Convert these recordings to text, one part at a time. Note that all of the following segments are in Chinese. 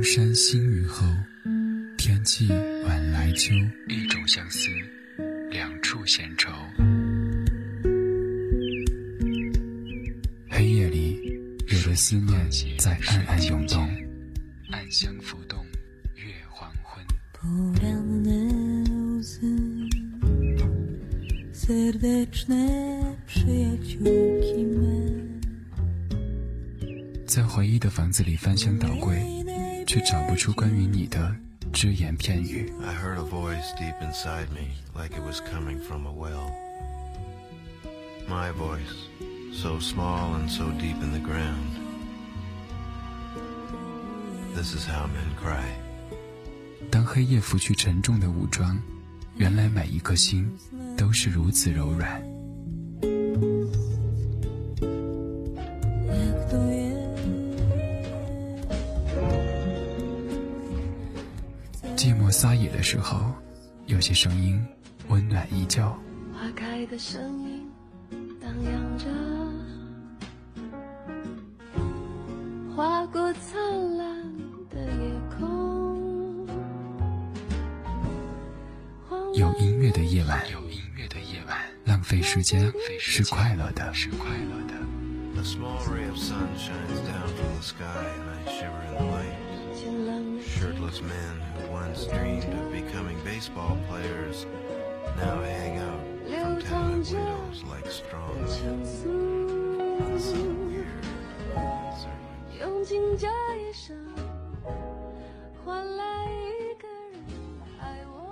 山新雨后，天气晚来秋。一种相思，两处闲愁。黑夜里，有的思念在暗暗涌动，暗香浮动，月黄昏。在回忆的房子里翻箱倒柜，却找不出关于你的只言片语。 I heard a voice deep inside me, like it was coming from a well. My voice, so small and so deep in the ground. This is how men cry. 当黑夜拂去沉重的武装，原来每一颗心都是如此柔软。寂寞撒野的时候，有些声音温暖依旧。 花开的声音荡漾着，划过灿烂的夜空。 有音乐的夜晚，浪费时间是快乐的。 A small ray of sun shines down from the sky and I shiver in the light. Shirtless men who once dreamed of becoming baseball players now hang out from tenement windows like strong men. It's so weird and uncertain. 用尽这一生换来一个人爱我。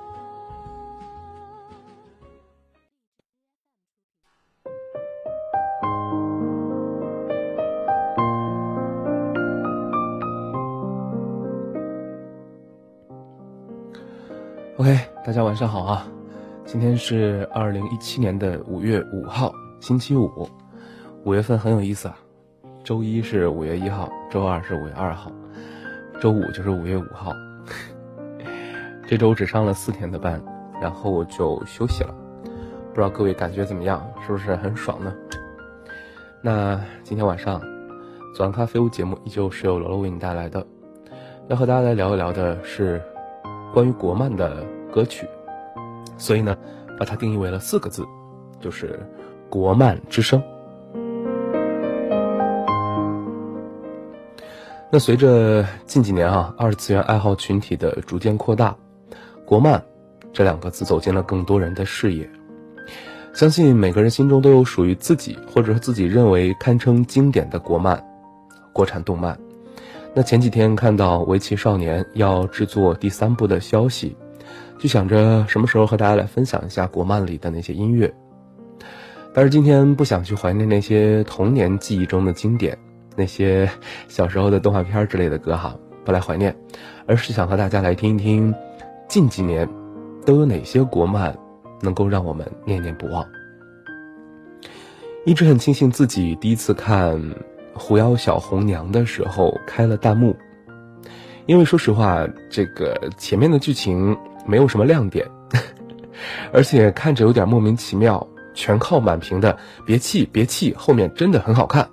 OK， 大家晚上好啊！今天是2017年的5月5号，星期五。5月份很有意思啊，周一是5月1号，周二是5月2号，周五就是5月5号。这周只上了4天的班，然后我就休息了。不知道各位感觉怎么样？是不是很爽呢？那今天晚上左岸咖啡屋节目依旧是由罗罗为你带来的，要和大家来聊一聊的是关于国漫的歌曲，所以呢把它定义为了4个字，就是国漫之声。那随着近几年二次元爱好群体的逐渐扩大，国漫这2个字走进了更多人的视野。相信每个人心中都有属于自己或者说自己认为堪称经典的国漫、国产动漫。那前几天看到围棋少年要制作第3部的消息，就想着什么时候和大家来分享一下国漫里的那些音乐。但是今天不想去怀念那些童年记忆中的经典，那些小时候的动画片之类的歌不来怀念，而是想和大家来听一听近几年都有哪些国漫能够让我们念念不忘。一直很庆幸自己第一次看狐妖小红娘的时候开了弹幕，因为说实话这个前面的剧情没有什么亮点而且看着有点莫名其妙，全靠满屏的别气别气，后面真的很好看，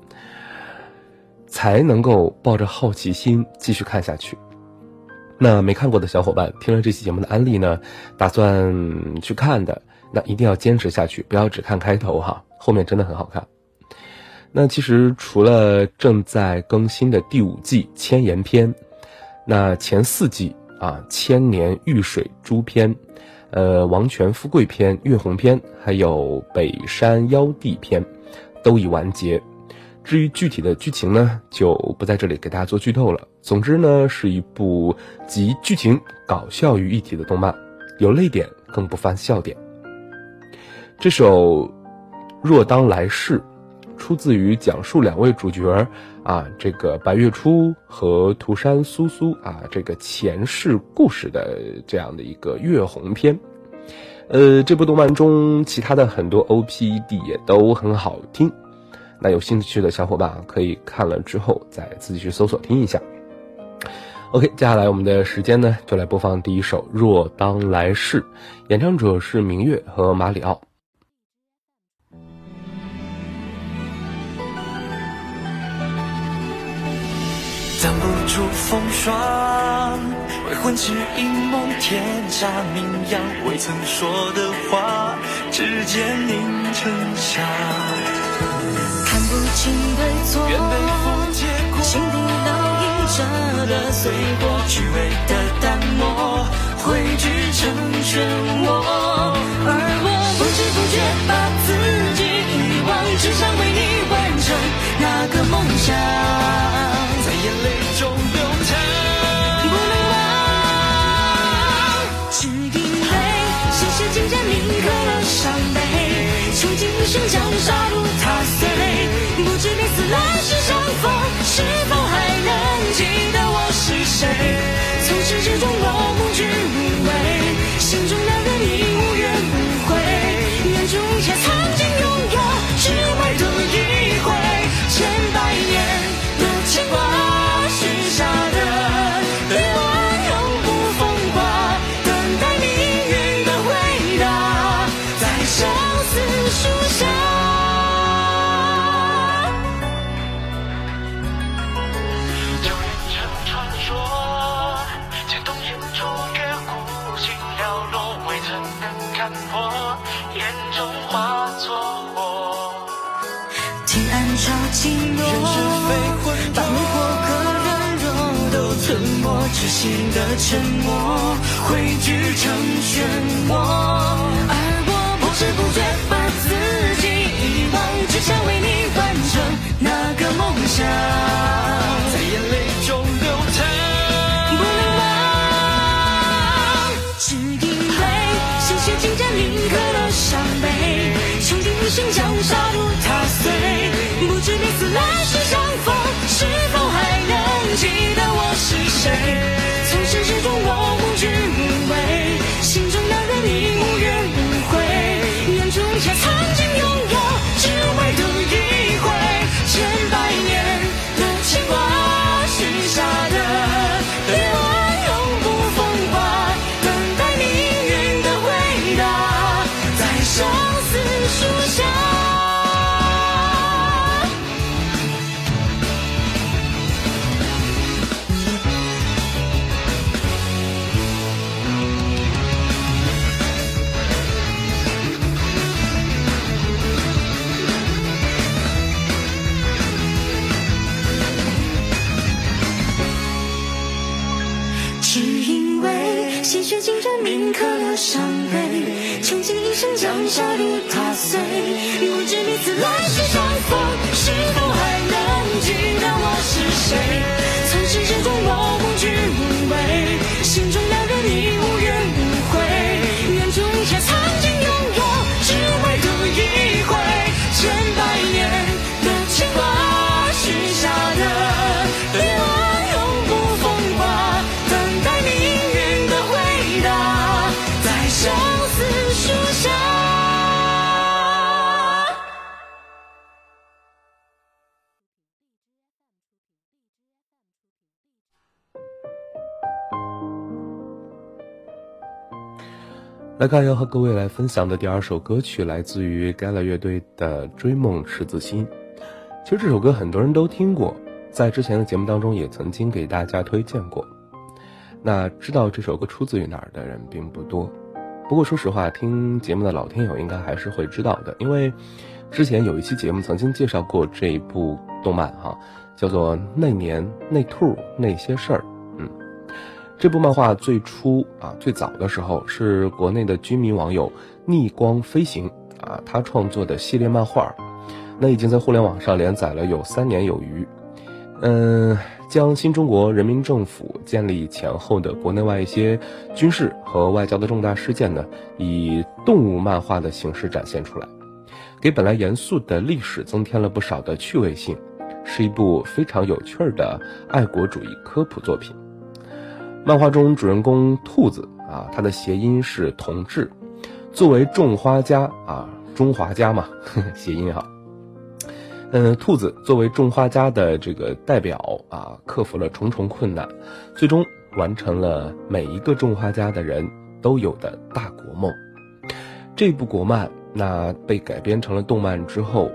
才能够抱着好奇心继续看下去。那没看过的小伙伴听了这期节目的安利呢，打算去看的，那一定要坚持下去，不要只看开头后面真的很好看。那其实除了正在更新的第5季千言篇，那前4季千年玉水珠篇、王权富贵篇、月红篇，还有北山妖帝篇都已完结。至于具体的剧情呢，就不在这里给大家做剧透了。总之呢，是一部集剧情搞笑于一体的动漫，有泪点更不乏笑点。这首若当来世出自于讲述2位主角这个白月初和涂山苏苏这个前世故事的这样的一个月红篇。这部动漫中其他的很多 OPED 也都很好听，那有兴趣的小伙伴可以看了之后再自己去搜索听一下。OK， 接下来我们的时间呢，就来播放第一首《若当来世》，演唱者是明月和马里奥。 挡不住风霜，未婚只因梦天下名扬，未曾说的话，指尖凝成沙。 看不清对错， 愿被风解过， 心底烙印着的碎过，虚伪的淡漠汇聚成漩涡，而我不知不觉把自己遗忘，只想为你完成那个梦想， 在眼泪中流淌， 不能忘。只因为鲜血浸染铭刻了伤悲，穷尽一生将杀戮踏碎，不知彼此来世相逢，是否还能记得我是谁？从始至终我无惧无畏，心中那个你无怨无悔，愿终一切曾经拥有，只为赌一回，千百年的牵挂，许下的对我永不风化，等待命运的回答，在生死树下。 就变成传说，牵动眼中月孤星寥落，未曾能看破，眼中化作火。 天暗潮起落， 人是非混沌， 把迷惑和软弱都吞没，痴心的沉默汇聚成漩涡，而我不知不觉把自己遗忘，只想为你完成那个梦想， 在眼泪中流淌， 不能忘。只因为鲜血浸染铭刻了伤悲，穷尽一生将杀戮踏碎，不知彼此来世相逢，是否还能记得我是谁？从始至终我无惧无畏，心中那个你无怨无悔，愿终一切曾经拥有，只为赌一回，千百年的牵挂，许下的对我永不风化，等待命运的回答，在生死树下。只因为鲜血浸染铭刻了伤悲，穷尽一生将杀戮踏碎，不知彼此来世相逢，是否还能记得我是谁？从始至终我无惧无畏，心中那个你无怨无悔，愿终一切曾经拥有，只为赌一回，千百年的牵挂，许下的对我永不风化，等待命运的回答，在生死树下。 来看要和各位来分享的第二首歌曲，来自于 Gala 乐队的《追梦赤子心》。其实这首歌很多人都听过，在之前的节目当中也曾经给大家推荐过。那知道这首歌出自于哪儿的人并不多，不过说实话，听节目的老听友应该还是会知道的，因为之前有一期节目曾经介绍过这一部动漫叫做《那年那兔那些事儿》。这部漫画最初最早的时候是国内的居民网友逆光飞行他创作的系列漫画，那已经在互联网上连载了有3年有余。将新中国人民政府建立前后的国内外一些军事和外交的重大事件呢，以动物漫画的形式展现出来，给本来严肃的历史增添了不少的趣味性，是一部非常有趣的爱国主义科普作品。漫画中主人公兔子它的谐音是同志，作为种花家中华家嘛，谐音兔子作为种花家的这个代表克服了重重困难，最终完成了每一个种花家的人都有的大国梦。这部国漫那被改编成了动漫之后，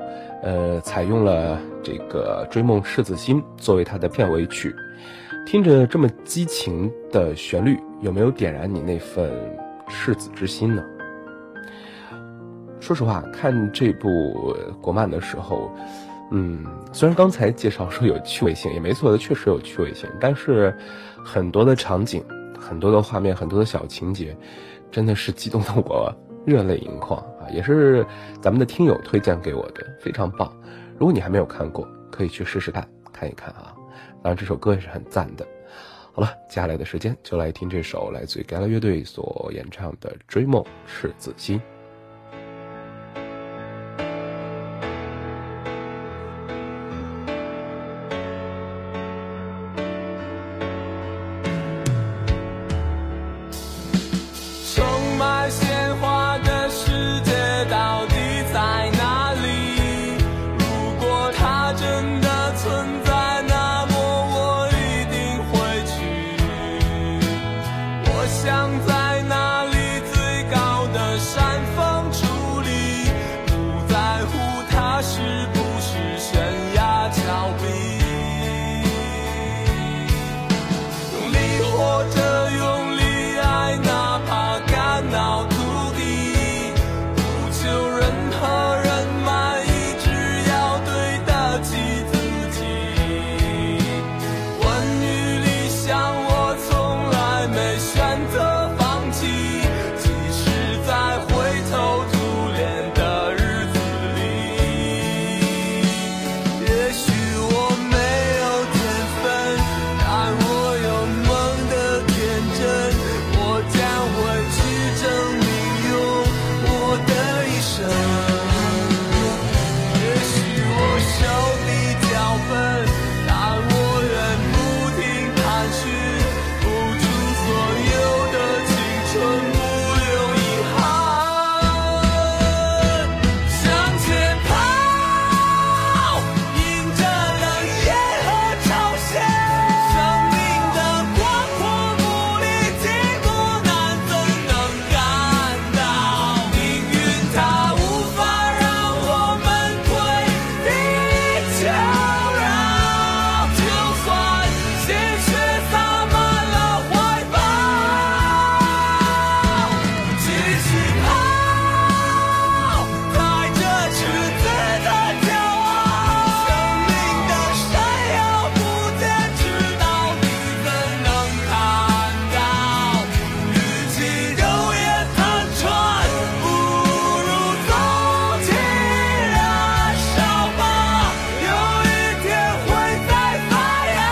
采用了这个《追梦赤子心》作为它的片尾曲。听着这么激情的旋律，有没有点燃你那份赤子之心呢？说实话，看这部国漫的时候，虽然刚才介绍说有趣味性，也没错的，确实有趣味性，但是很多的场景、很多的画面、很多的小情节，真的是激动的我热泪盈眶啊！也是咱们的听友推荐给我的，非常棒。如果你还没有看过，可以去试试看一看啊！当然这首歌也是很赞的。好了，接下来的时间就来听这首来自于 Gala 乐队所演唱的《追梦赤子心》。 充满鲜花的世界到底在哪里？如果它真的存在，那么我一定会去。我想在那里最高的山峰矗立，不在乎它是不是悬崖峭壁。用力活着，用力爱，哪怕肝脑涂地，不求任何人满意，只要对得起自己。关于理想，我从来没选择放弃，即使在灰头土脸的日子里。也许我没有天分，但我有梦的天真，我将会去证明，用我的一生。也许我手比较笨，但我愿不停探寻，付出所有的青春，不留遗憾。向前跑，迎着冷夜和潮汐，生命的广阔不历经过难，怎能感到命运它无法让我们退避求饶？就算鲜血洒满了怀抱，继续跑，带着赤子的骄傲。生命的闪耀不坚持到底，怎能看到？与其肉眼探穿，不如纵情燃烧吧，有一天会再发芽。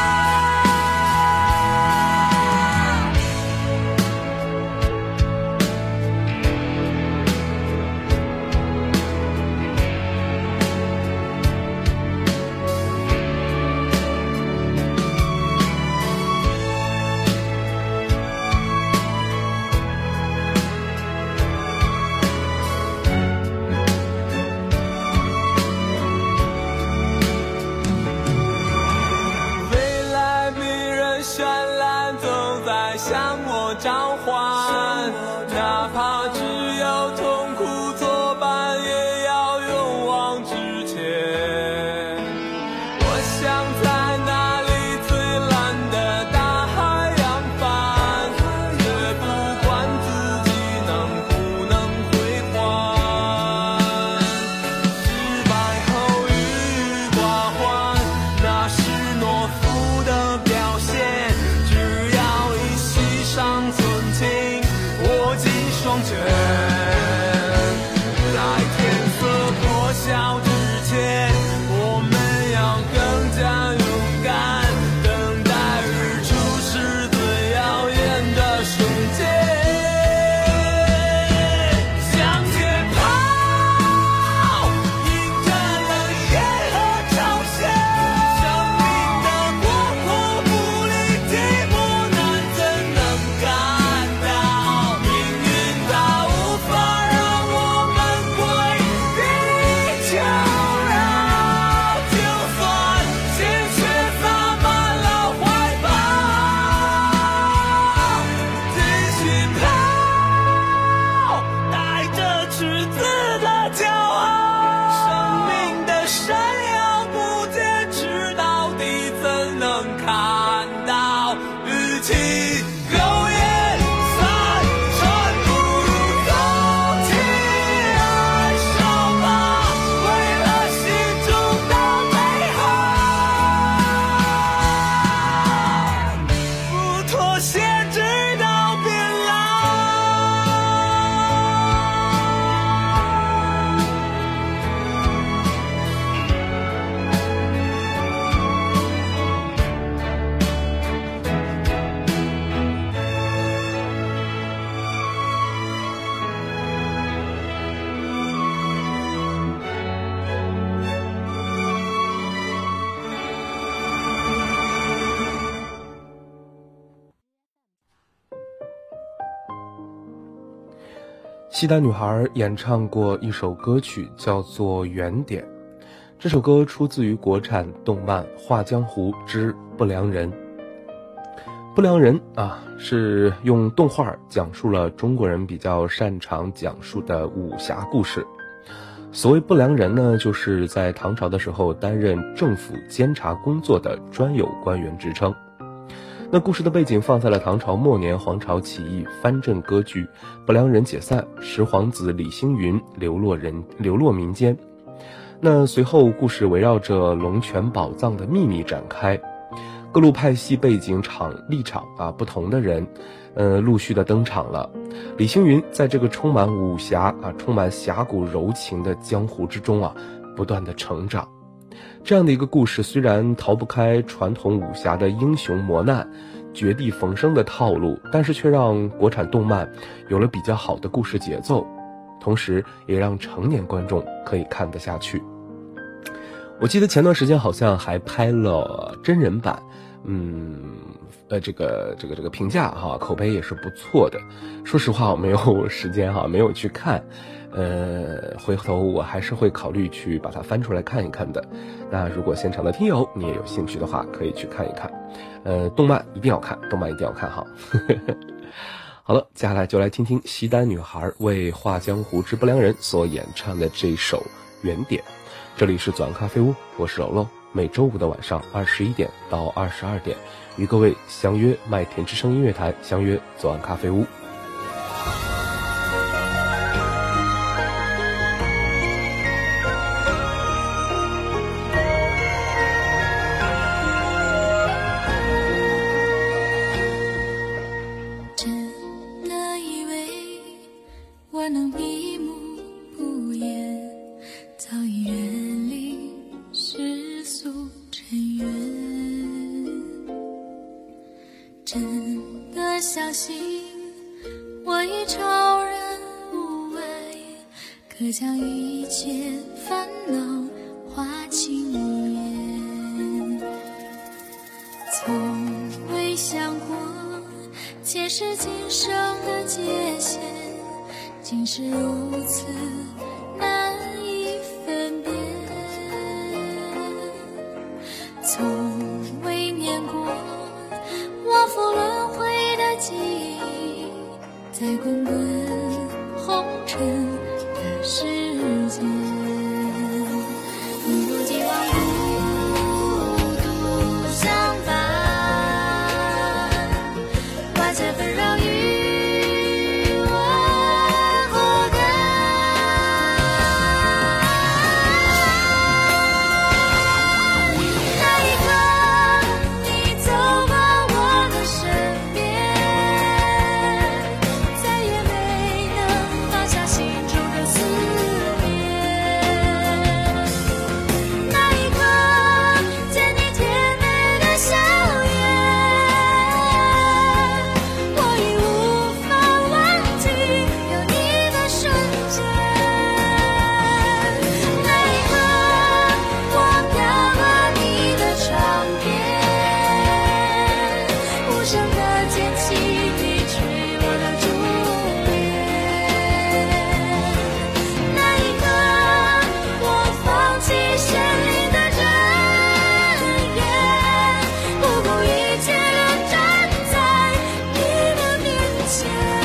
未来迷人绚烂，总在向我召唤，哪怕只有痛苦作伴，也要勇往直前。我想在那里最蓝的大海扬帆，绝不管自己能不能归还。失败后郁郁寡欢，那是懦夫的表现，只要一息尚存西单女孩演唱过一首歌曲，叫做《原点》。这首歌出自于国产动漫《画江湖之不良人》。不良人啊，是用动画讲述了中国人比较擅长讲述的武侠故事。所谓不良人呢，就是在唐朝的时候担任政府监察工作的专有官员职称。那故事的背景放在了唐朝末年黄巢起义藩镇割据，不良人解散，十皇子李星云流落民间。那随后故事围绕着龙泉宝藏的秘密展开，各路派系背景立场啊不同的人陆续的登场了。李星云在这个充满武侠啊充满侠骨柔情的江湖之中啊不断的成长。这样的一个故事虽然逃不开传统武侠的英雄磨难绝地逢生的套路，但是却让国产动漫有了比较好的故事节奏，同时也让成年观众可以看得下去。我记得前段时间好像还拍了真人版，这个评价哈，口碑也是不错的。说实话我没有时间哈，没有去看，回头我还是会考虑去把它翻出来看一看的。那如果现场的听友你也有兴趣的话，可以去看一看。动漫一定要看哈。好了，接下来就来听听西单女孩为《画江湖之不良人》所演唱的这首《原点》。这里是左岸咖啡屋，我是柔柔，每周五的晚上21点到22点，与各位相约麦田之声音乐台，相约左岸咖啡屋。 真的相信我已超然无碍，可将一切烦恼化情缘。从未想过前世今生的界限，竟是如此难以分辨。从未念过往复轮回的记忆，在滚滚红尘的世间，一如既往孤独相伴，万千纷扰与我何干？那一刻你走过我的身边，再也没能放下心中的思念。那一刻见你甜美的笑颜，我已无法忘记有你的瞬间。那一刻我飘过你的窗边，无声地捡起你坠落的珠帘。那一刻我放弃绚丽的人言，不顾一切地站在你的面前。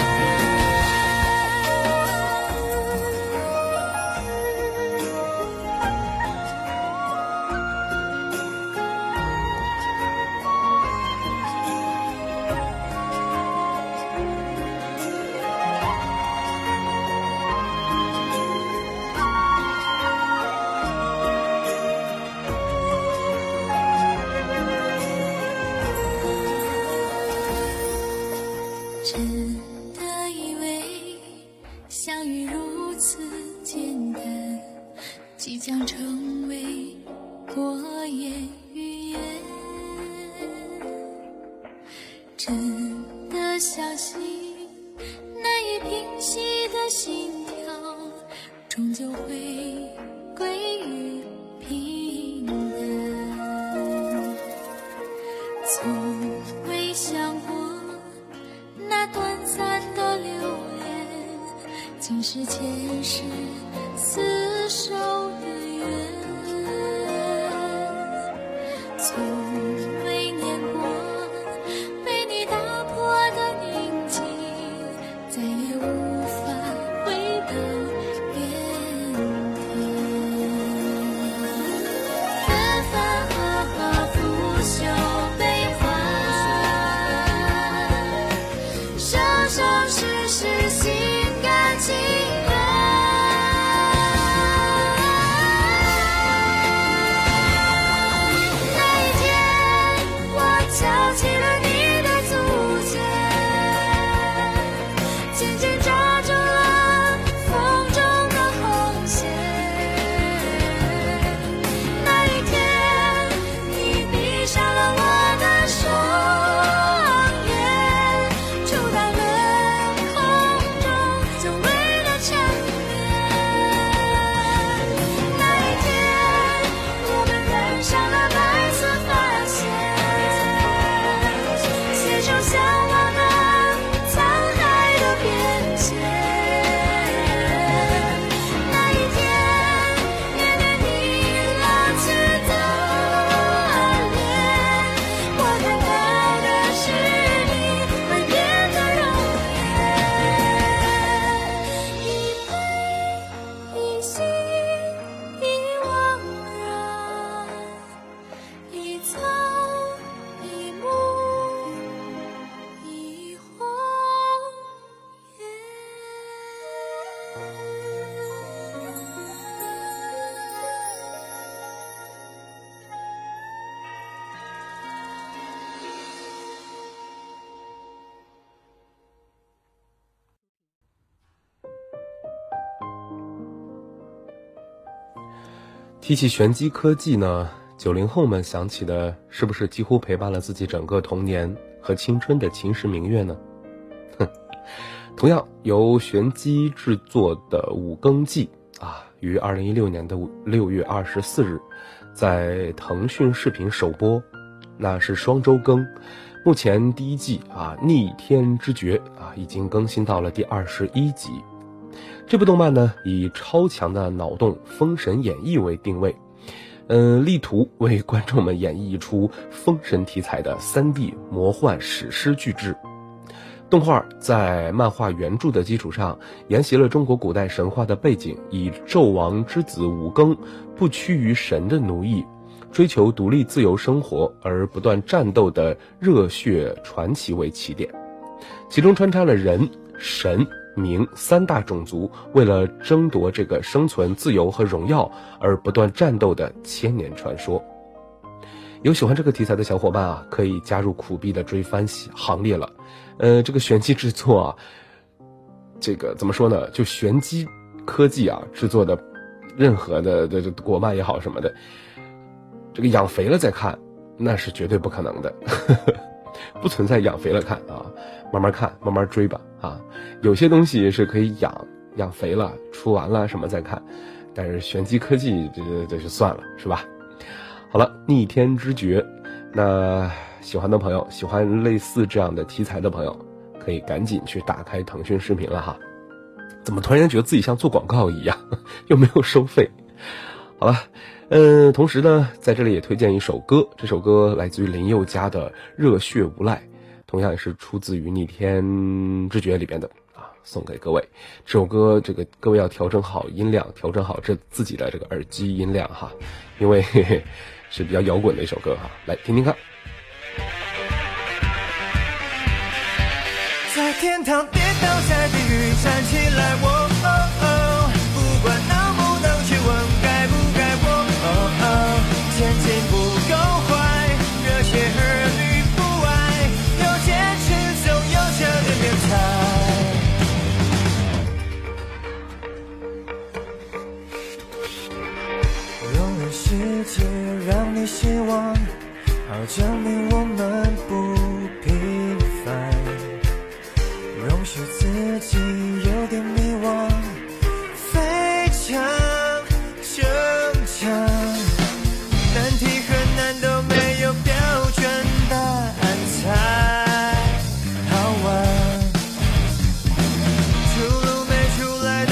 真的以为相遇如此简单，即将成为过眼云烟。真的相信难以平息的心跳，终究会归于平淡。从未想过那短暂的留恋， 竟是前世厮守的缘，从未念过被你打破的宁静，再也无法回到原点。分分合合，腐朽悲欢，生生世世心甘情愿。那一天，我敲起了你的足尖，紧紧抓住了风中的红线。那一天，你闭上了我的双眼，触到了空中久违的缠绵。那一天，我们染上了白色发线，携手向往那沧海的边界。那一天，面对你浪子的脸，我看到的是你未变的容颜。一悲一喜一惘然，一草一木一荒野。 提起玄机科技呢，90后们想起的是不是几乎陪伴了自己整个童年和青春的秦时明月呢？同样由玄机制作的《五更记》于2016年的6月24日在腾讯视频首播，那是双周更。目前第一季逆天之诀已经更新到了第21集。这部动漫呢，以超强的脑洞封神演绎为定位，力图为观众们演绎一出封神题材的3D 魔幻史诗巨制。动画在漫画原著的基础上，沿袭了中国古代神话的背景，以纣王之子五更不屈于神的奴役，追求独立自由生活而不断战斗的热血传奇为起点，其中穿插了人、神、明3大种族为了争夺这个生存、自由和荣耀而不断战斗的千年传说。有喜欢这个题材的小伙伴可以加入苦逼的追番行列了。这个玄机制作这个怎么说呢？就玄机科技制作的任何的国漫也好什么的，这个养肥了再看，那是绝对不可能的。不存在养肥了看慢慢看，慢慢追吧有些东西是可以养肥了，出完了什么再看，但是玄机科技这就算了，是吧？好了，逆天之诀，那喜欢的朋友，喜欢类似这样的题材的朋友，可以赶紧去打开腾讯视频了哈。怎么突然间觉得自己像做广告一样，又没有收费？好了，同时呢，在这里也推荐一首歌，这首歌来自于林宥嘉的《热血无赖》，同样也是出自于《逆天之诀》里边的送给各位。这首歌各位要调整好音量，调整好自己的这个耳机音量哈，因为是比较摇滚的一首歌哈，来听听看。 在天堂跌倒，在地狱站起来，不管能不能去问该不该前进不够快，热血儿女不爱，有坚持总有这点点彩。容忍世界让你失望，好证明我们不平凡。容许自己有点迷惘，非常正常。难题和难都没有标准答案才好玩。出路没出来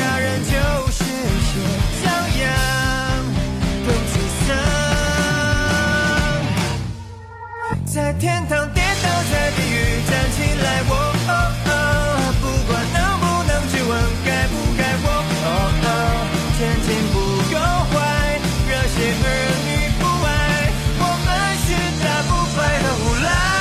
在天堂跌倒，在地狱站起来，不管能不能质问，该不该前进不够坏，热血儿女不爱，我们是打不败的无赖。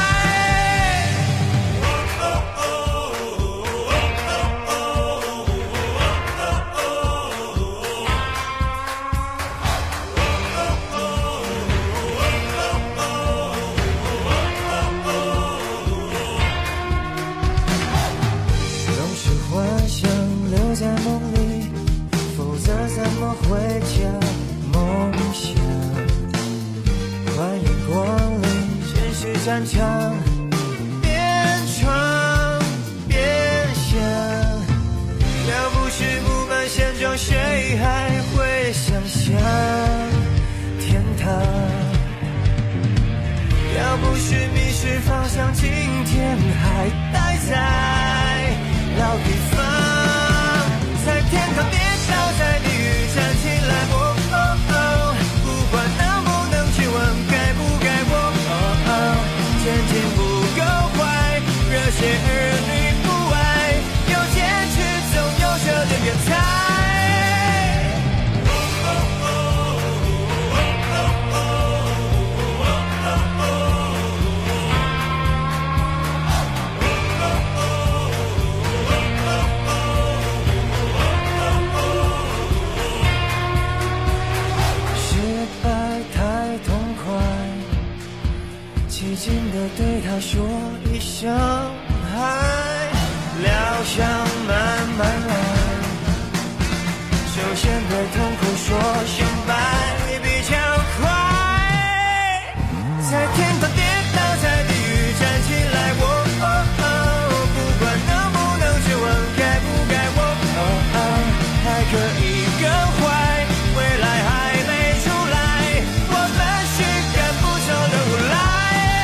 总是幻想留在梦里，否则怎么回家？梦想欢迎光临，现实战场，边闯边想。要不是不满现状，谁还会想象天堂？要不是迷失方向，今天还待在老地方。在天堂跌倒，在地狱站起来，不管能不能质问，该不该前进不够坏，热血儿女不爱，有坚持总有这点原才。寂静地对他说一声嗨，疗伤慢慢来，首先对痛苦说声拜，比较快。在天堂跌倒，在地狱站起来，不管能不能质问，该不该还可以更坏，未来还没出来，我们是赶不走的无赖。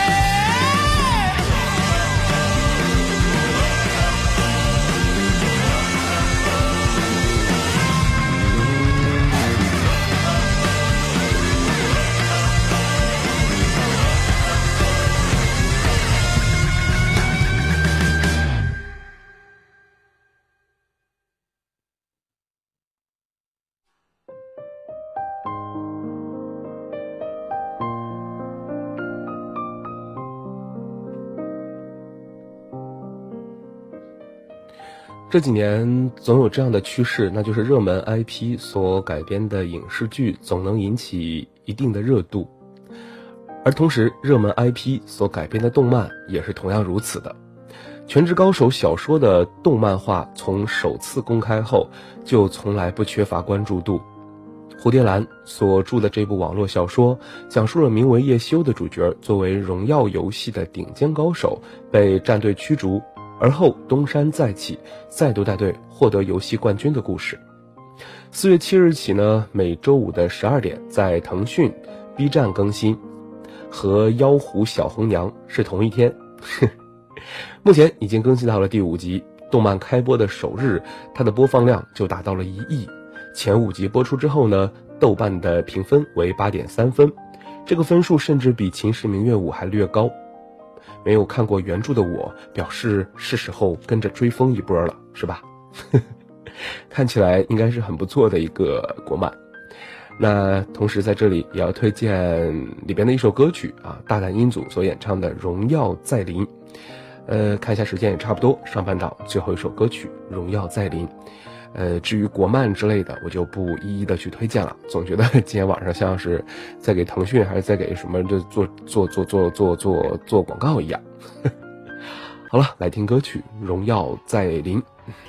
这几年总有这样的趋势，那就是热门 IP 所改编的影视剧总能引起一定的热度，而同时热门 IP 所改编的动漫也是同样如此的。全职高手小说的动漫化从首次公开后就从来不缺乏关注度。蝴蝶兰所著的这部网络小说讲述了名为叶修的主角作为荣耀游戏的顶尖高手被战队驱逐，而后东山再起，再度带队获得游戏冠军的故事。4月7日起呢，每周五的12点在腾讯、B 站更新，和妖狐小红娘是同一天。目前已经更新到了第5集，动漫开播的首日，它的播放量就达到了1亿。前5集播出之后呢，豆瓣的评分为 8.3 分，这个分数甚至比《秦时明月5》还略高。没有看过原著的我表示是时候跟着追风一波了，是吧？看起来应该是很不错的一个国漫。那同时在这里也要推荐里边的一首歌曲啊，大胆音组所演唱的《荣耀再临》。看一下时间也差不多，上半档最后一首歌曲《荣耀再临》。至于国漫之类的，我就不一一的去推荐了。总觉得今天晚上像是在给腾讯还是在给什么的做广告一样。好了，来听歌曲《荣耀再临》。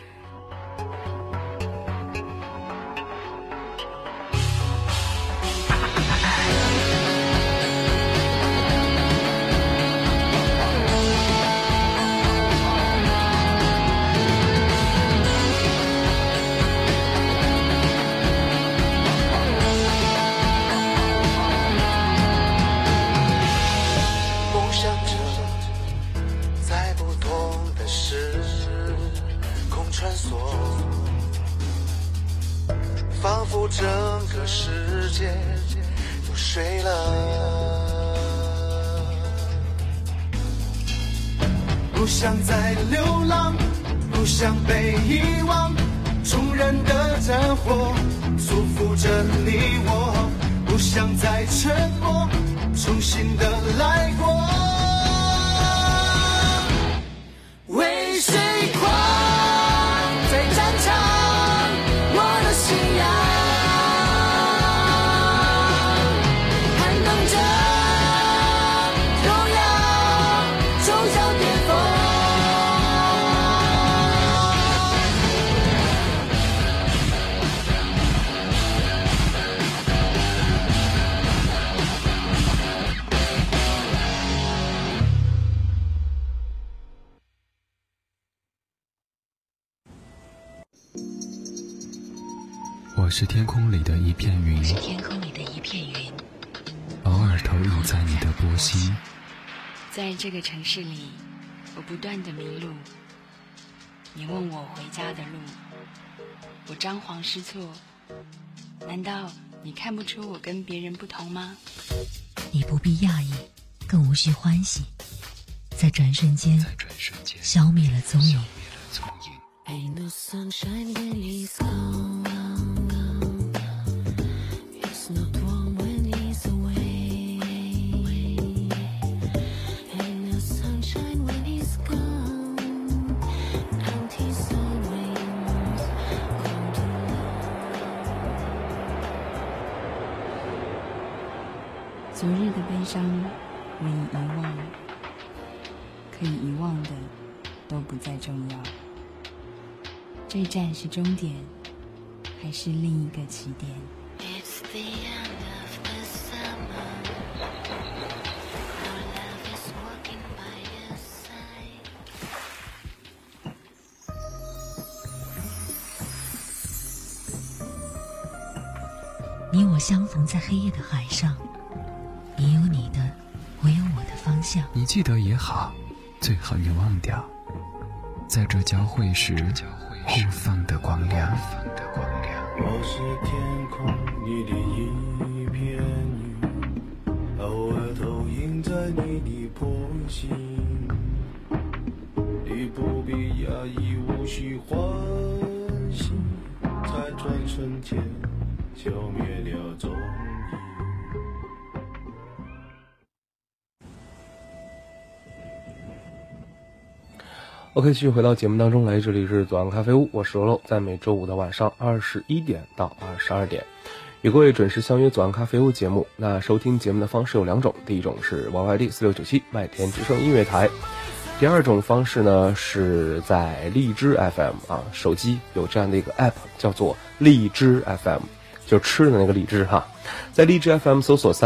仿佛整个世界都睡了。 不想再流浪，不想被遗忘。众人的战火束缚着你我，不想再沉默，重新的来过。为谁狂？在战场，我的信仰攀登着荣耀，走向巅峰。 我是天空里的一片云，偶尔投影在你的波心。 在这个城市里，我不断地迷路。你问我回家的路，我张皇失措。难道你看不出我跟别人不同吗？ 你不必讶异，更无需欢喜，在转瞬间消灭了踪影。 Ain't no sunshine when he's gone. It's not warm when he's away. Ain't no sunshine when he's gone. And he's always gone to love. 昨日的悲伤我已遗忘，可以遗忘的都不再重要。这站是终点，还是另一个起点？ It's the end of the summer. Our love is walking by your side. 你我相逢在黑夜的海上，你有你的，我有我的方向。 你记得也好，最好你忘掉，在这交汇时互放的光亮。 我是天空里的一片云，偶尔投影在你的波心。你不必压抑，无需欢喜，在转瞬间消灭了踪影。 OK， 继续回到节目当中来，这里是左岸咖啡屋，我是罗罗，在每周五的晚上21点到22点，与各位准时相约左岸咖啡屋节目。那收听节目的方式有两种，第一种是 YYD4697 麦田之声音乐台，第二种方式呢是在荔枝 FM 啊，手机有这样的一个 app 叫做荔枝 FM， 就吃的那个荔枝哈，在荔枝 FM 搜索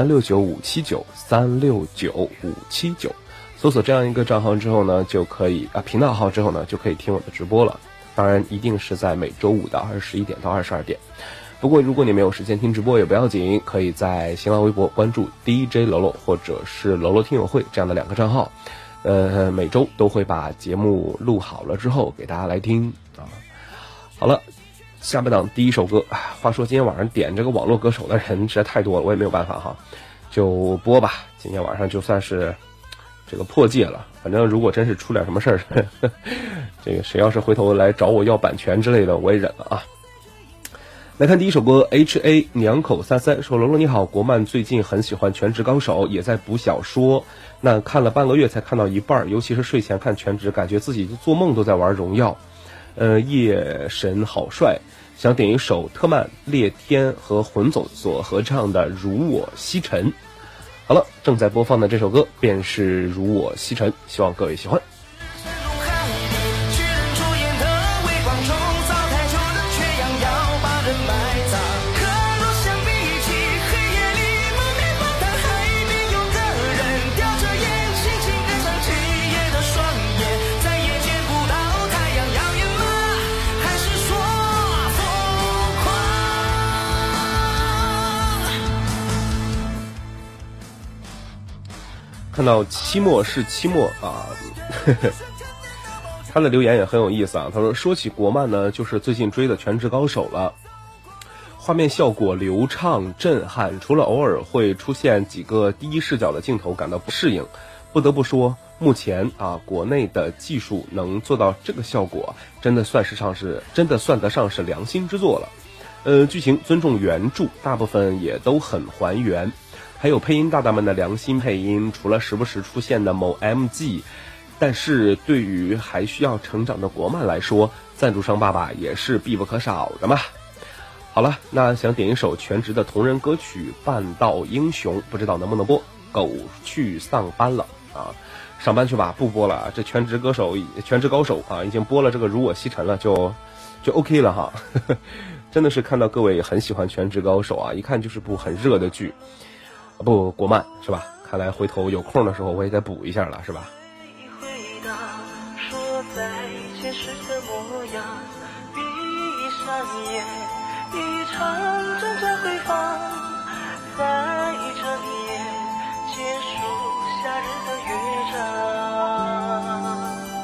369579，369-579。搜索这样一个账号之后呢，就可以频道号之后呢，就可以听我的直播了。当然，一定是在每周五的21点到22点。不过，如果你没有时间听直播也不要紧，可以在新浪微博关注 DJ 楼楼或者是楼楼听友会这样的两个账号。每周都会把节目录好了之后给大家来听啊。好了，下半档第一首歌。话说今天晚上点这个网络歌手的人实在太多了，我也没有办法哈，就播吧。今天晚上就算是这个破戒了，反正如果真是出点什么事儿，这个谁要是回头来找我要版权之类的，我也忍了啊。来看第一首歌 HA 两口33说，罗罗你好，国漫最近很喜欢全职高手，也在补小说，那看了半个月才看到一半，尤其是睡前看全职，感觉自己做梦都在玩荣耀。夜神好帅，想点一首特曼烈天和混总所合唱的如我西沉。好了，正在播放的这首歌便是如我西沉，希望各位喜欢。看到期末是期末啊，他的留言也很有意思啊。他说起国漫呢，就是最近追的《全职高手》了，画面效果流畅震撼，除了偶尔会出现几个第一视角的镜头感到不适应，不得不说目前啊，国内的技术能做到这个效果，真的算得上是良心之作了。剧情尊重原著，大部分也都很还原。还有配音大大们的良心配音，除了时不时出现的某 MG， 但是对于还需要成长的国漫来说，赞助商爸爸也是必不可少的嘛。好了，那想点一首全职的同人歌曲《半道英雄》，不知道能不能播。狗去上班了啊，上班去吧，不播了。这全职高手啊，已经播了这个《如我西沉》了，就 OK 了哈。真的是看到各位很喜欢全职高手啊，一看就是部很热的剧，不国漫是吧？看来回头有空的时候我也得补一下了，是吧？ 说再见时的模样，闭上眼，一场阵阵回放，在这夜结束夏日的乐章。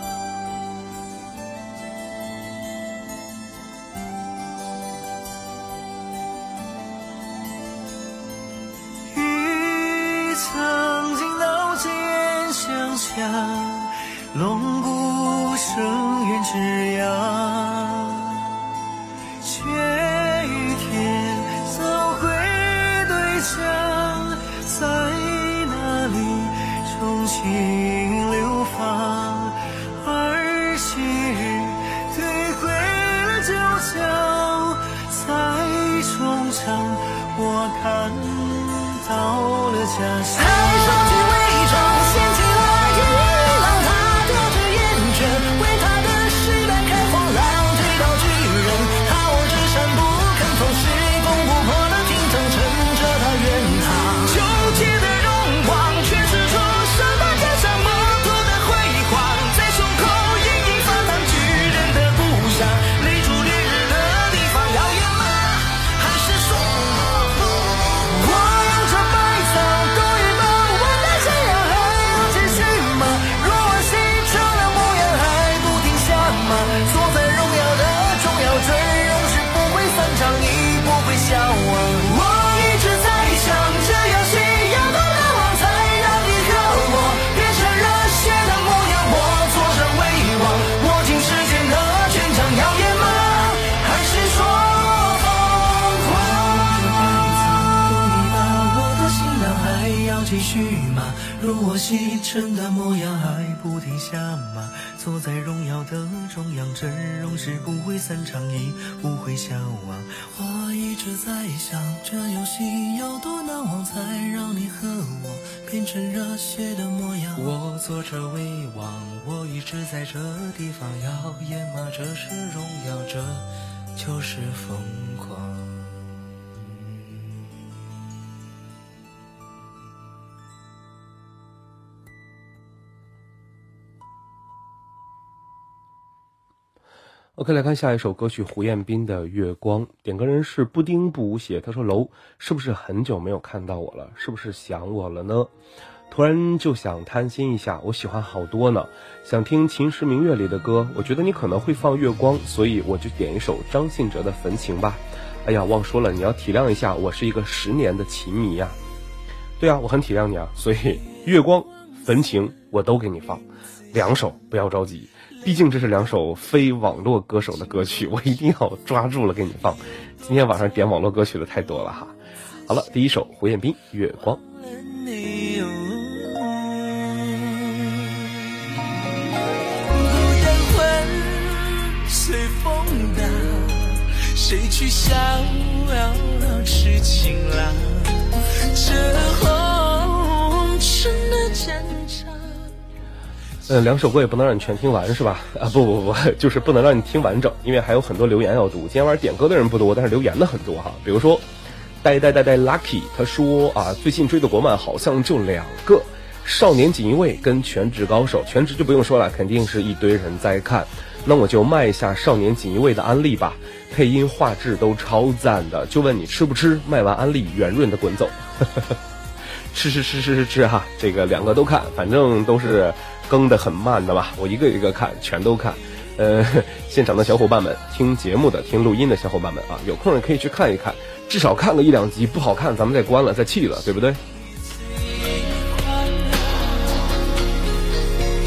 与曾经老剑相向，龙骨生远之阳，却与天走回对墙，在那里重新流放。而昔日退回了旧墙，在衷肠我看到了家乡。 太双军伪装，掀起来天与浪，他叼着烟卷，为他的时代开荒浪，推倒巨人，他握着山不肯放，是攻不破的听证，趁着他远航。纠结的荣光，却是冲上大家乡摩托的辉煌，在胸口隐隐翻腾巨人的故乡，立柱烈日的地方，耀眼吗？还是说我用这百草勾引吧，万代山崖还要继续吗？若我心成了模样，还不停下吗？坐在荣耀的重要阵容是不会散场，亦不会消亡。我一直在想，这游戏要多难忘，才让你和我变成热血的模样。我坐上威望，握紧时间的权杖，耀眼吗？还是说疯狂？这百草够你吧，我的心脏还要继续吗？如我西沉的模样还不停下吗？坐在荣耀的中央，阵容是不会散场，亦不会消亡。我一直在想，这游戏要多难忘，才让你和我变成热血的模样。我坐着为王，我一直在这地方，耀眼吗？这是荣耀，这就是疯狂。 OK， 来看下一首歌曲胡彦斌的《月光》，点歌人是布丁不无邪，他说楼是不是很久没有看到我了，是不是想我了呢？突然就想贪心一下，我喜欢好多呢，想听秦时明月里的歌，我觉得你可能会放月光，所以我就点一首张信哲的焚情吧。哎呀，忘说了，你要体谅一下，我是一个10年的琴迷呀。对啊，我很体谅你啊，所以月光焚情我都给你放2首，不要着急，毕竟这是2首非网络歌手的歌曲，我一定要抓住了给你放。今天晚上点网络歌曲的太多了哈。好了，第一首胡彦斌《月光》。 随风荡，谁去逍遥痴情郎？这红尘的战场。 2首歌也不能让你全听完是吧？啊，不，就是不能让你听完整，因为还有很多留言要读。今天晚上点歌的人不多，但是留言的很多哈。比如说，呆 Lucky， 他说啊，最近追的国漫好像就2个，少年锦衣卫跟全职高手。全职就不用说了，肯定是一堆人在看。那我就卖一下少年锦衣卫的安利吧，配音画质都超赞的，就问你吃不吃？卖完安利圆润的滚走。吃哈，这个2个都看，反正都是更的很慢的嘛，我一个一个看，全都看。现场的小伙伴们，听节目的、听录音的小伙伴们啊，有空也可以去看一看，至少看个1-2集，不好看咱们再关了，再弃了，对不对？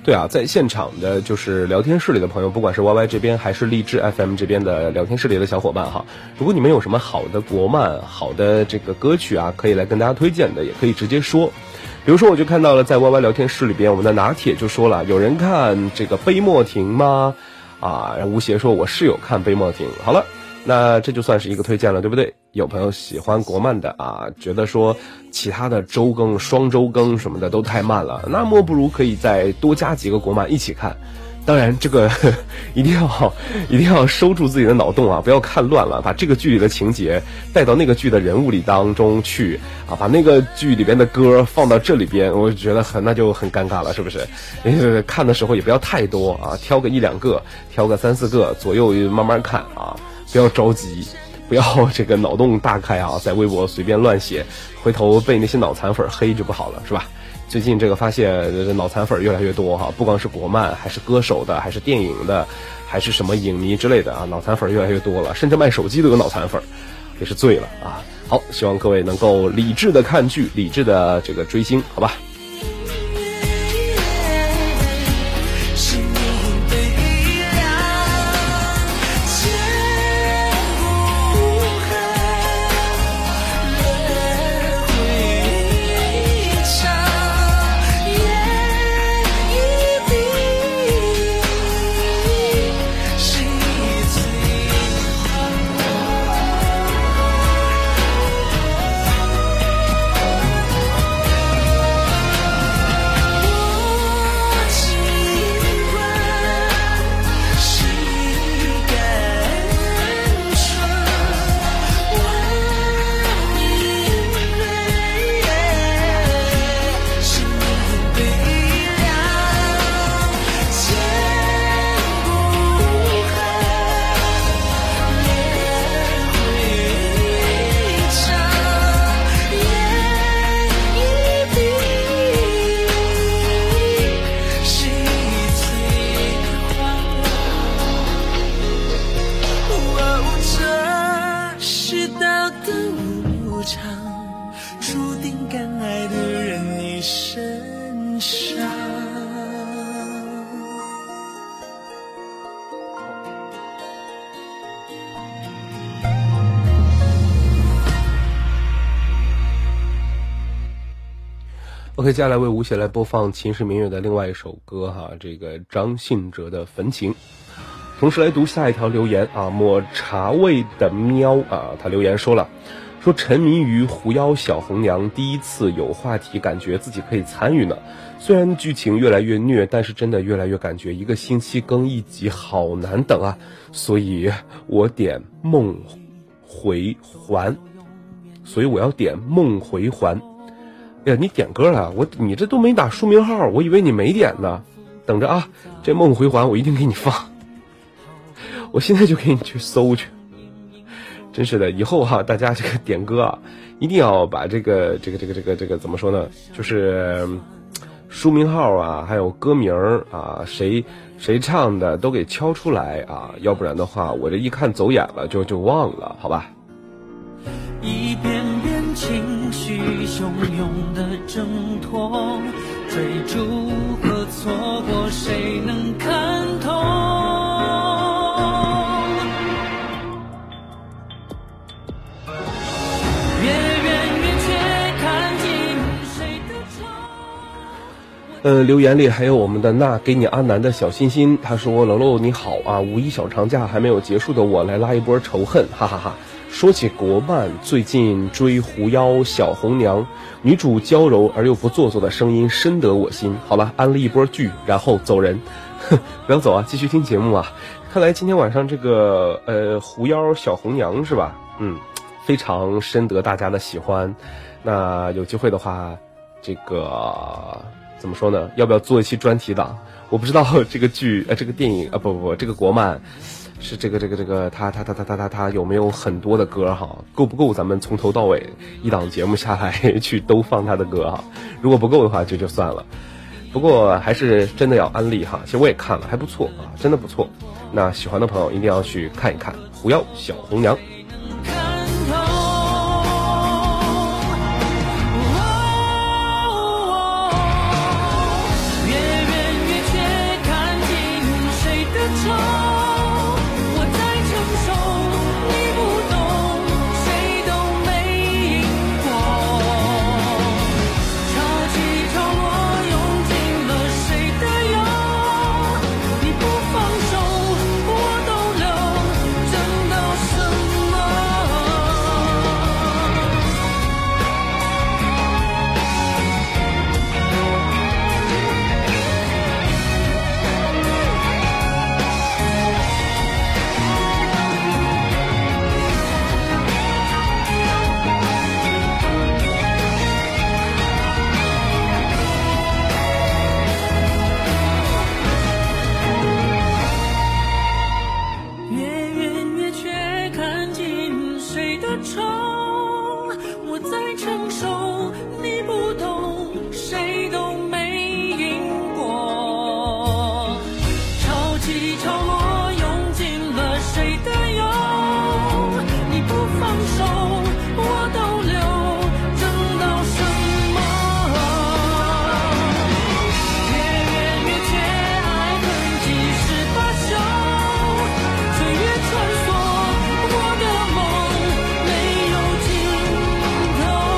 对啊，在现场的就是聊天室里的朋友，不管是 YY 这边还是励志 FM 这边的聊天室里的小伙伴哈，如果你们有什么好的国漫、好的这个歌曲啊，可以来跟大家推荐的，也可以直接说。比如说，我就看到了在 YY 聊天室里边，我们的拿铁就说了，有人看这个杯莫停吗？啊，吴邪说我是有看杯莫停。好了，那这就算是一个推荐了，对不对？有朋友喜欢国漫的啊，觉得说其他的周更、双周更什么的都太慢了，那么不如可以再多加几个国漫一起看。当然这个一定要收住自己的脑洞啊，不要看乱了，把这个剧里的情节带到那个剧的人物里当中去啊，把那个剧里边的歌放到这里边，我觉得那就很尴尬了，是不是？看的时候也不要太多啊，挑个1-2个，挑个3-4个左右，慢慢看啊，不要着急，不要这个脑洞大开啊，在微博随便乱写，回头被那些脑残粉黑就不好了，是吧？最近这个发现脑残粉越来越多哈，不光是国漫，还是歌手的，还是电影的，还是什么影迷之类的啊，脑残粉越来越多了，甚至卖手机都有脑残粉，也是醉了啊！好，希望各位能够理智的看剧，理智的这个追星，好吧？OK， 接下来为吴邪来播放秦时明月的另外一首歌哈，这个张信哲的《焚情》。同时来读下一条留言啊，抹茶味的喵啊，他留言说了，说沉迷于狐妖小红娘，第一次有话题，感觉自己可以参与呢。虽然剧情越来越虐，但是真的越来越感觉一个星期更一集好难等啊，所以我点梦回环，所以我要点梦回环。哎呀，你点歌了，你这都没打书名号，我以为你没点呢。等着啊，这梦回环我一定给你放，我现在就给你去搜去。真是的，以后哈，大家这个点歌啊，一定要把这个怎么说呢？就是书名号啊，还有歌名啊，谁唱的都给敲出来啊，要不然的话，我这一看走眼了就忘了，好吧？ 一遍遍情绪汹涌的挣脱，追逐和错过，谁能看透？越远越却看尽谁的留言里还有我们的那给你阿南的小心心，他说楼楼你好啊，五一小长假还没有结束的我来拉一波仇恨，哈哈哈。说起国漫，最近追狐妖小红娘，女主娇柔而又不做作的声音深得我心。好了，安利一波剧，然后走人。不要走啊，继续听节目啊。看来今天晚上这个狐妖小红娘是吧？非常深得大家的喜欢。那有机会的话，这个怎么说呢？要不要做一期专题档？我不知道这个剧这个电影啊，不，这个国漫。是这个他有没有很多的歌哈？够不够咱们从头到尾一档节目下来去都放他的歌哈？如果不够的话就算了。不过还是真的要安利哈，其实我也看了，还不错啊，真的不错。那喜欢的朋友一定要去看一看《狐妖小红娘》。 越远越却的愁，我在承受，你不懂，谁都没赢过。潮起潮落，用尽了谁的忧，你不放手，我逗留，争到什么？越远越切，爱恨几时罢休？岁月穿梭，我的梦没有尽头。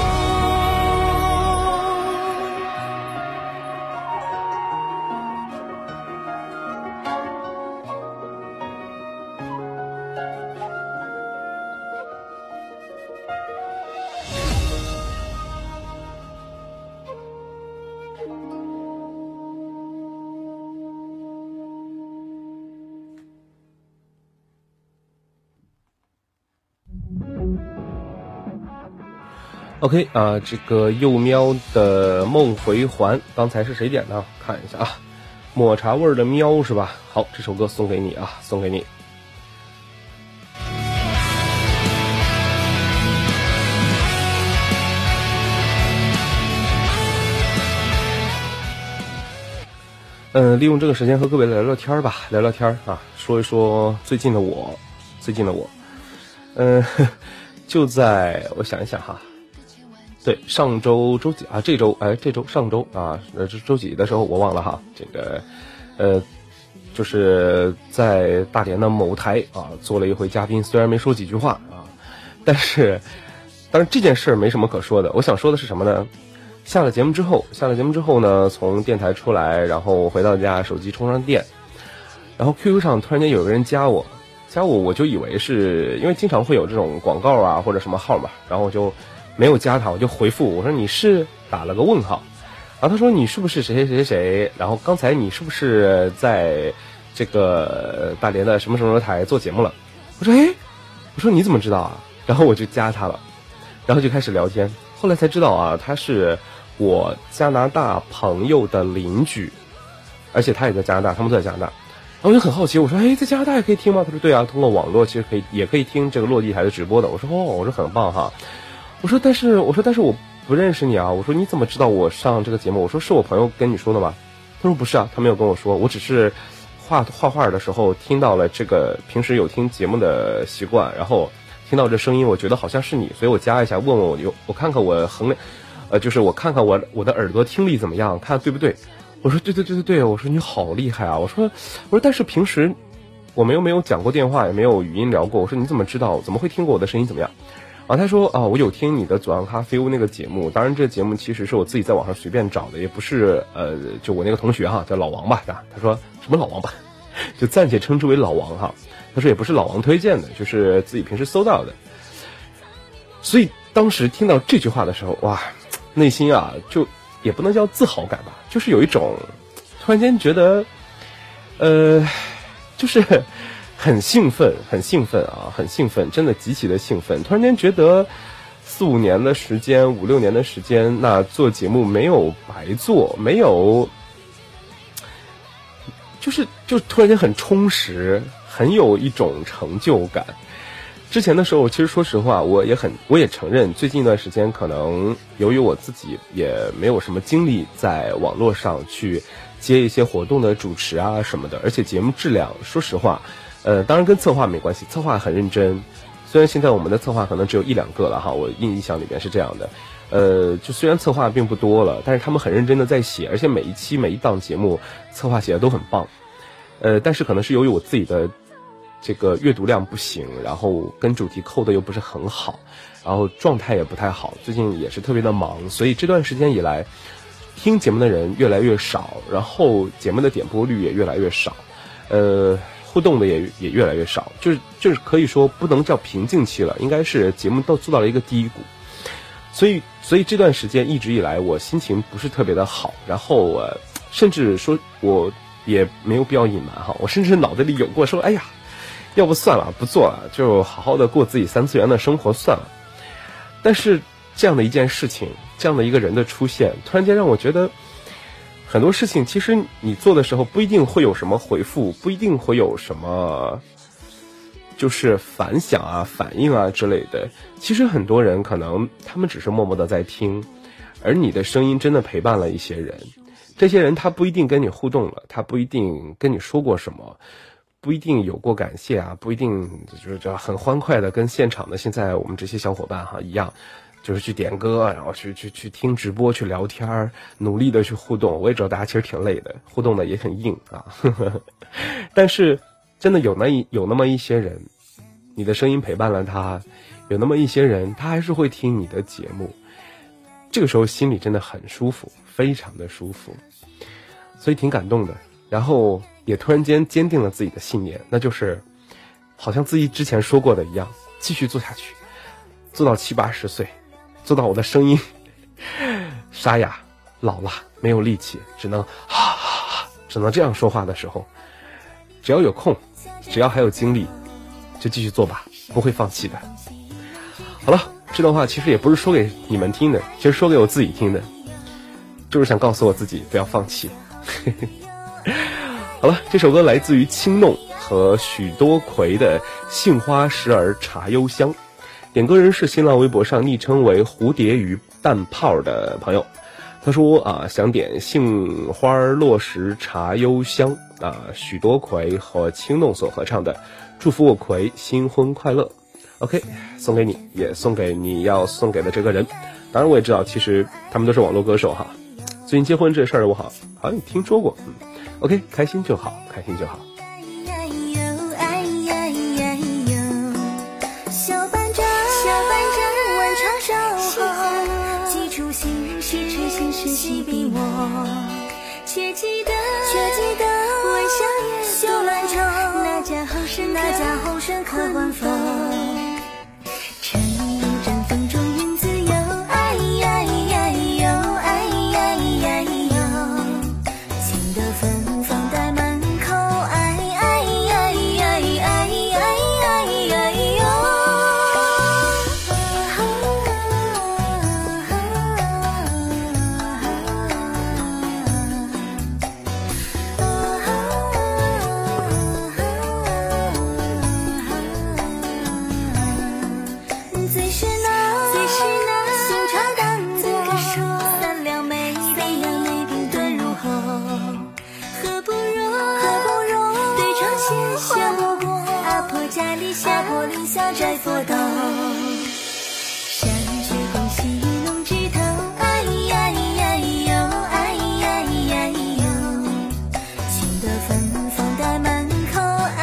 OK 啊，这个幼喵的梦回环，刚才是谁点的？看一下啊，抹茶味的喵是吧？好，这首歌送给你啊，送给你。利用这个时间和各位聊聊天吧，聊聊天啊，说一说最近的我。就在我想一想哈，对，上周周几啊？这周上周啊，周几的时候我忘了哈。这个就是在大连的某台啊做了一回嘉宾，虽然没说几句话啊，但是当然这件事没什么可说的。我想说的是什么呢？下了节目之后呢，从电台出来，然后回到家，手机充上电，然后 QQ 上突然间有个人加我，我就以为是因为经常会有这种广告啊或者什么号嘛，然后我就没有加他，我就回复我说你是，打了个问号，然后他说你是不是谁谁谁谁，然后刚才你是不是在这个大连的什么什么台做节目了？我说哎，我说你怎么知道啊？然后我就加他了，然后就开始聊天，后来才知道啊，他是我加拿大朋友的邻居，而且他也在加拿大，他们都在加拿大。然后我就很好奇，我说哎，在加拿大也可以听吗？他说对啊，通过网络其实也可以听这个落地台的直播的。我说哦，我说很棒哈。我说但是我不认识你啊。我说你怎么知道我上这个节目？我说是我朋友跟你说的吗？他说不是啊，他没有跟我说，我只是画画的时候听到了这个，平时有听节目的习惯，然后听到这声音，我觉得好像是你，所以我加一下，问问我看看我就是我看看我的耳朵听力怎么样，看对不对。我说对，我说你好厉害啊！我说但是平时我们又没有讲过电话，也没有语音聊过。我说你怎么知道？怎么会听过我的声音怎么样？啊，他说啊，我有听你的左岸咖啡屋那个节目，当然这个节目其实是我自己在网上随便找的，也不是就我那个同学哈，叫老王吧，他说什么老王吧，就暂且称之为老王哈。他说也不是老王推荐的，就是自己平时搜到的。所以当时听到这句话的时候，哇，内心啊就也不能叫自豪感吧，就是有一种突然间觉得就是很兴奋啊，很兴奋，真的极其的兴奋。突然间觉得4、5年的时间，5、6年的时间，那做节目没有白做，没有，就突然间很充实，很有一种成就感。之前的时候，其实说实话，我也承认，最近一段时间可能由于我自己也没有什么精力在网络上去接一些活动的主持啊什么的，而且节目质量，说实话，当然跟策划没关系，策划很认真。虽然现在我们的策划可能只有1、2个了哈，我印象里面是这样的。就虽然策划并不多了，但是他们很认真的在写，而且每一档节目策划写的都很棒。但是可能是由于我自己的这个阅读量不行，然后跟主题扣的又不是很好，然后状态也不太好，最近也是特别的忙，所以这段时间以来听节目的人越来越少，然后节目的点播率也越来越少，互动的也越来越少，就是可以说不能叫瓶颈期了，应该是节目都做到了一个低谷。所以这段时间一直以来我心情不是特别的好，然后甚至说我也没有必要隐瞒哈，我甚至脑子里有过说，哎呀，要不算了，不做了，就好好的过自己3次元的生活算了。但是这样的一件事情，这样的一个人的出现，突然间让我觉得很多事情其实你做的时候不一定会有什么回复，不一定会有什么就是反响啊、反应啊之类的。其实很多人可能他们只是默默的在听，而你的声音真的陪伴了一些人。这些人他不一定跟你互动了，他不一定跟你说过什么，不一定有过感谢啊，不一定就是这很欢快的跟现场的现在我们这些小伙伴哈一样，就是去点歌，然后去听直播，去聊天，努力的去互动。我也知道大家其实挺累的，互动的也很硬啊，但是真的有那么一些人，你的声音陪伴了他，有那么一些人他还是会听你的节目，这个时候心里真的很舒服，非常的舒服，所以挺感动的。然后也突然间坚定了自己的信念，那就是好像自己之前说过的一样，继续做下去，做到70、80岁，做到我的声音沙哑老了没有力气，只能这样说话的时候，只要有空，只要还有精力，就继续做吧，不会放弃的。好了，这段话其实也不是说给你们听的，其实说给我自己听的，就是想告诉我自己不要放弃。好了，这首歌来自于青弄和许多葵的杏花时而茶幽香，点歌人是新浪微博上昵称为蝴蝶鱼蛋泡的朋友，他说想点杏花落时茶幽香许多葵和青弄所合唱的祝福我葵新婚快乐。 OK， 送给你，也送给你要送给的这个人。当然我也知道其实他们都是网络歌手哈，最近结婚这事儿我好像听说过OK， 开心就好，开心就好。 小班长问长守候，几处心事细比我，却记得问小叶绣兰愁，那家后生可还否？晨雾绽风中云自由，情的芬芳带满口，最是那宋朝当子三两梅冰炖入喉，何不容对窗写下阿婆家里下摘佛豆，山雪共西弄枝头，情的芬芳带满口，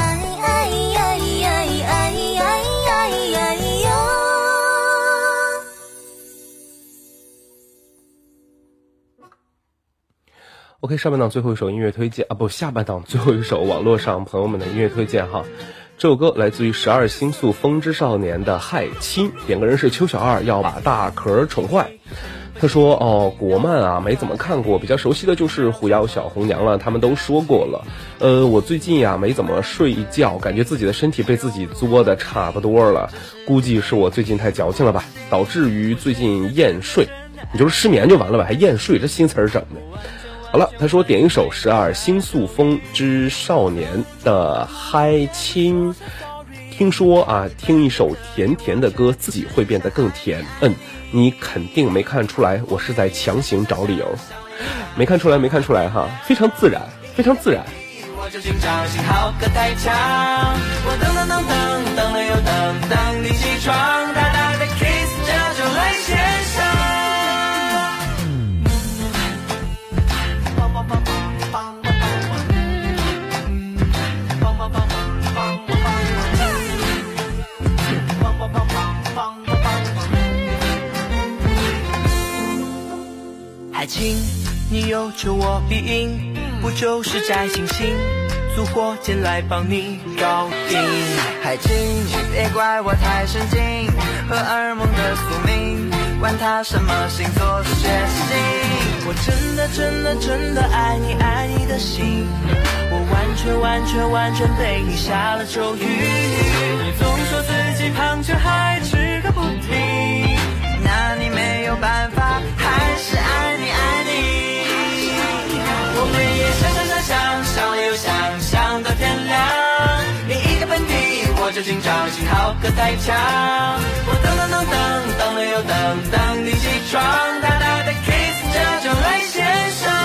OK， 上半档最后一首音乐推荐下半档最后一首网络上朋友们的音乐推荐哈。这首歌来自于12星宿风之少年的害亲，点歌人是邱小二要把大壳宠坏。他说国漫没怎么看过，比较熟悉的就是虎妖小红娘了，他们都说过了。我最近没怎么睡觉，感觉自己的身体被自己作的差不多了，估计是我最近太矫情了吧，导致于最近厌睡。你就是失眠就完了吧，还厌睡，这新词儿整的。好了，他说点一首12星宿风之少年的嗨亲，听说听一首甜甜的歌自己会变得更甜。你肯定没看出来我是在强行找理由，没看出来哈，非常自然，非常自然。 我就经常信号可太强，我等了又等你起床，大大的 kiss 这就来献上。爱情，你有求我必应，不就是摘星星，租火箭来帮你搞定。爱情，别怪我太神经，荷尔蒙的宿命，管他什么星座血型，我真的爱你的心，我完全被你下了咒语。你总说自己胖却还吃个不停，那你没有办法，还是爱你。我们也想了又想到天亮，你一个喷嚏我就紧张，幸好歌太强。我等等等等，等了又等，等你起床，大大的 kiss 这就来献上。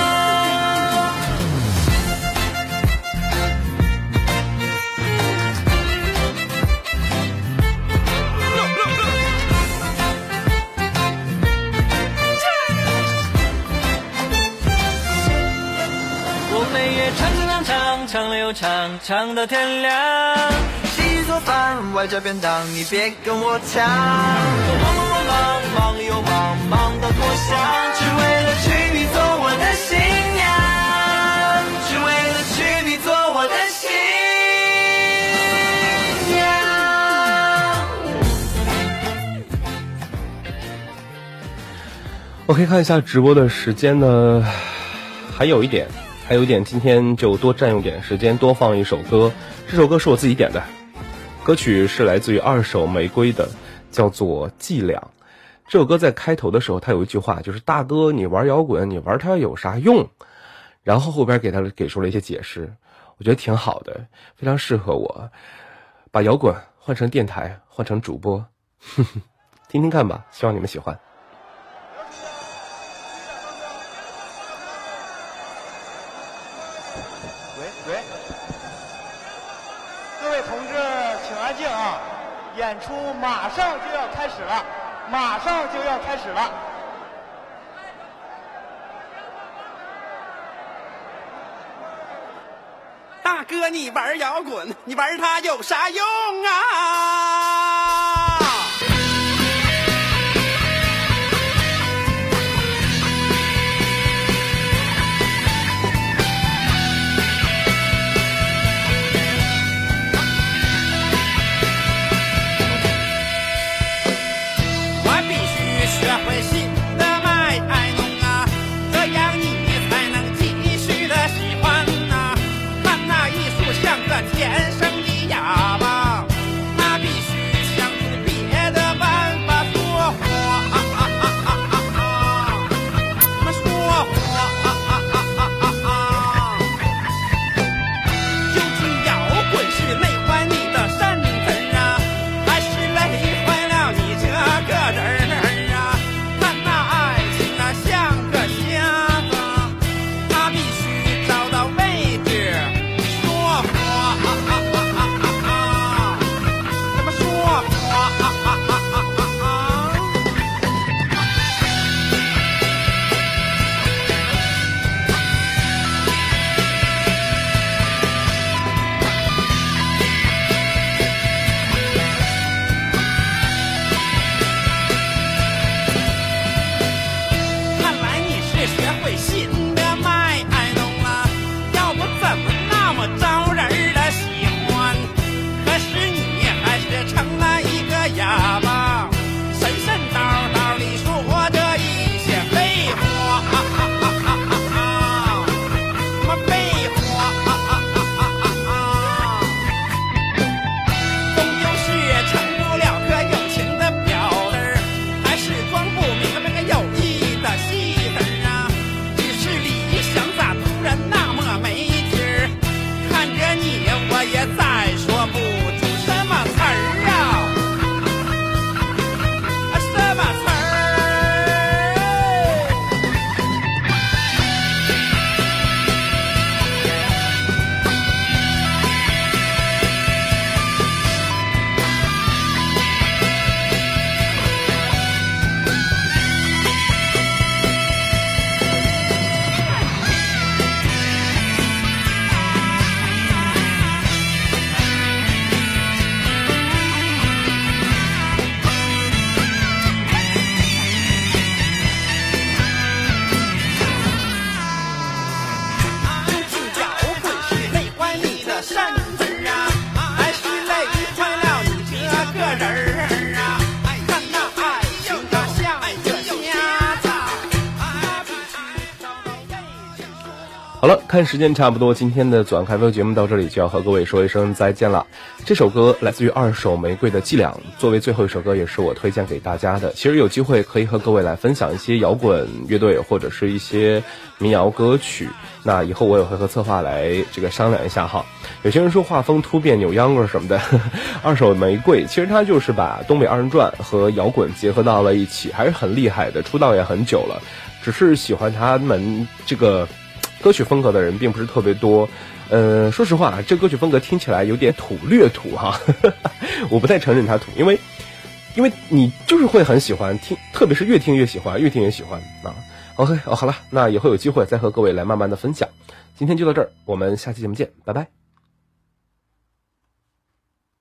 我们也唱了又唱，唱到天亮。洗做饭，外加便当，你别跟我抢。忙又忙到脱相，只为了娶你做我的新娘，只为了娶你做我的新娘。 我可以看一下直播的时间呢，还有一点，今天就多占用点时间，多放一首歌。这首歌是我自己点的，歌曲是来自于二手玫瑰的，叫做《伎俩》。这首歌在开头的时候，它有一句话，就是大哥，你玩摇滚，你玩它有啥用？然后后边给出了一些解释，我觉得挺好的，非常适合我。把摇滚换成电台，换成主播，听听看吧，希望你们喜欢。 各位同志，请安静啊！演出马上就要开始了， 大哥，你玩摇滚，你玩它有啥用啊？学会新的卖弄啊，这样你才能继续的喜欢啊。看那艺术像个天生的哑巴，那必须想出别的办法说话，怎么说话？究竟摇滚是累坏你的身子啊，还是累坏了你这个人？ 好了，看时间差不多，今天的左岸开飞节目到这里就要和各位说一声再见了。这首歌来自于二手玫瑰的伎俩，作为最后一首歌也是我推荐给大家的。其实有机会可以和各位来分享一些摇滚乐队或者是一些民谣歌曲，那以后我也会和策划来商量一下哈。 有些人说画风突变扭秧歌什么的，二手玫瑰其实他就是把东北二人转和摇滚结合到了一起，还是很厉害的，出道也很久了，只是喜欢他们这个歌曲风格的人并不是特别多。说实话，这歌曲风格听起来有点土，略土哈，我不太承认它土，因为你就是会很喜欢听，特别是越听越喜欢，越听越喜欢啊。OK， 好了，那以后有机会再和各位来慢慢的分享。今天就到这儿，我们下期节目见，拜拜。